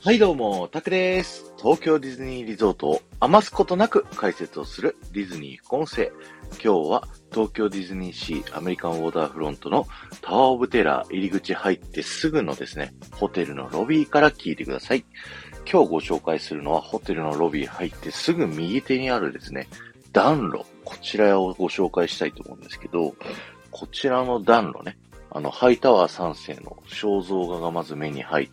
はいどうも、タクです。東京ディズニーリゾートを余すことなく解説をするディズニー副音声。今日は東京ディズニーシーアメリカンウォーターフロントのタワーオブテラー入り口入ってすぐのですね、ホテルのロビーから聞いてください。今日ご紹介するのはホテルのロビー入ってすぐ右手にあるですね、暖炉。こちらをご紹介したいと思うんですけど、こちらの暖炉ね、ハイタワー3世の肖像画がまず目に入って、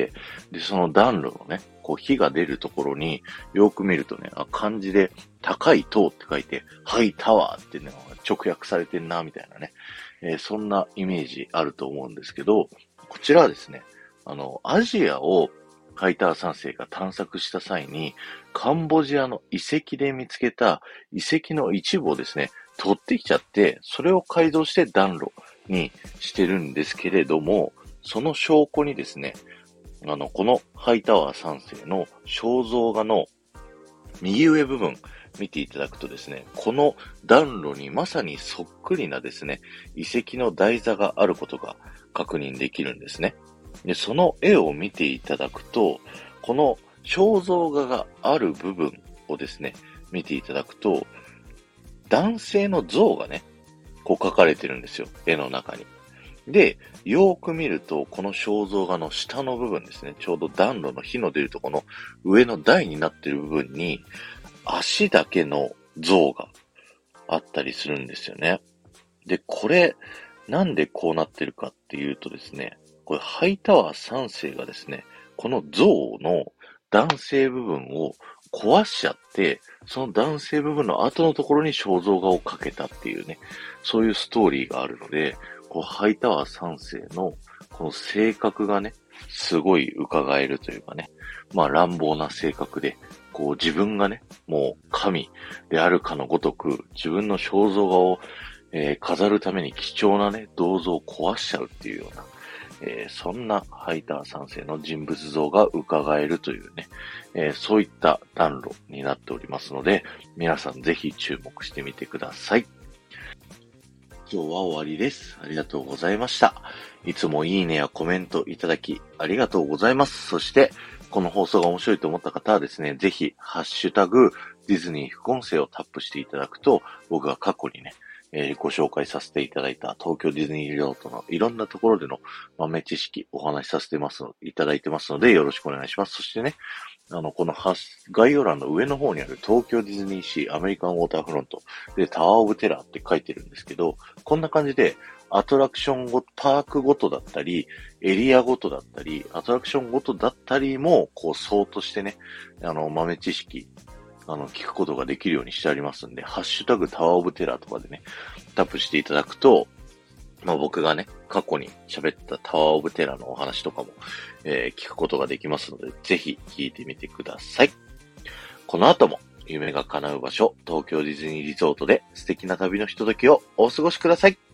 で、その暖炉のね、こう火が出るところによく見るとね、漢字で高い塔って書いて、ハイタワーっていうのが直訳されてんな、みたいなね、そんなイメージあると思うんですけど、こちらはですね、アジアをハイタワー3世が探索した際に、カンボジアの遺跡で見つけた遺跡の一部をですね、取ってきちゃって、それを改造して暖炉にしてるんですけれども、その証拠にですね、このハイタワー3世の肖像画の右上部分見ていただくとですね、この暖炉にまさにそっくりなですね、遺跡の台座があることが確認できるんですね。で、その絵を見ていただくと、この肖像画がある部分をですね、見ていただくと、男性の像がね、こう描かれてるんですよ、絵の中に。で、よーく見ると、この肖像画の下の部分ですね、ちょうど暖炉の火の出るところの上の台になっている部分に、足だけの像があったりするんですよね。で、これ、なんでこうなってるかっていうとですね、これハイタワー3世がですね、この像の男性部分を壊しちゃって、その男性部分の後のところに肖像画をかけたっていうね、そういうストーリーがあるので、こうハイタワー3世のこの性格がね、すごい伺えるというかね、まあ乱暴な性格で、こう自分がね、もう神であるかのごとく、自分の肖像画を、飾るために貴重なね、銅像を壊しちゃうっていうような、そんなハイター3世の人物像が伺えるというね、そういった暖炉になっておりますので、皆さんぜひ注目してみてください。今日は終わりです。ありがとうございました。いつもいいねやコメントいただきありがとうございます。そして、この放送が面白いと思った方はですね、ぜひ、ハッシュタグ、ディズニー副音声をタップしていただくと、僕が過去にね、ご紹介させていただいた東京ディズニーリゾートのいろんなところでの豆知識お話しさせていただいてますので、よろしくお願いします。そしてね、この概要欄の上の方にある東京ディズニーシーアメリカンウォーターフロントでタワーオブテラーって書いてるんですけど、こんな感じでアトラクションパークごとだったり、エリアごとだったり、アトラクションごとだったりも、こう、相としてね、豆知識、聞くことができるようにしてありますんで、ハッシュタグタワーオブテラーとかでね、タップしていただくと、まあ僕がね、過去に喋ったタワーオブテラーのお話とかも、聞くことができますので、ぜひ聞いてみてください。この後も夢が叶う場所、東京ディズニーリゾートで素敵な旅のひとときをお過ごしください。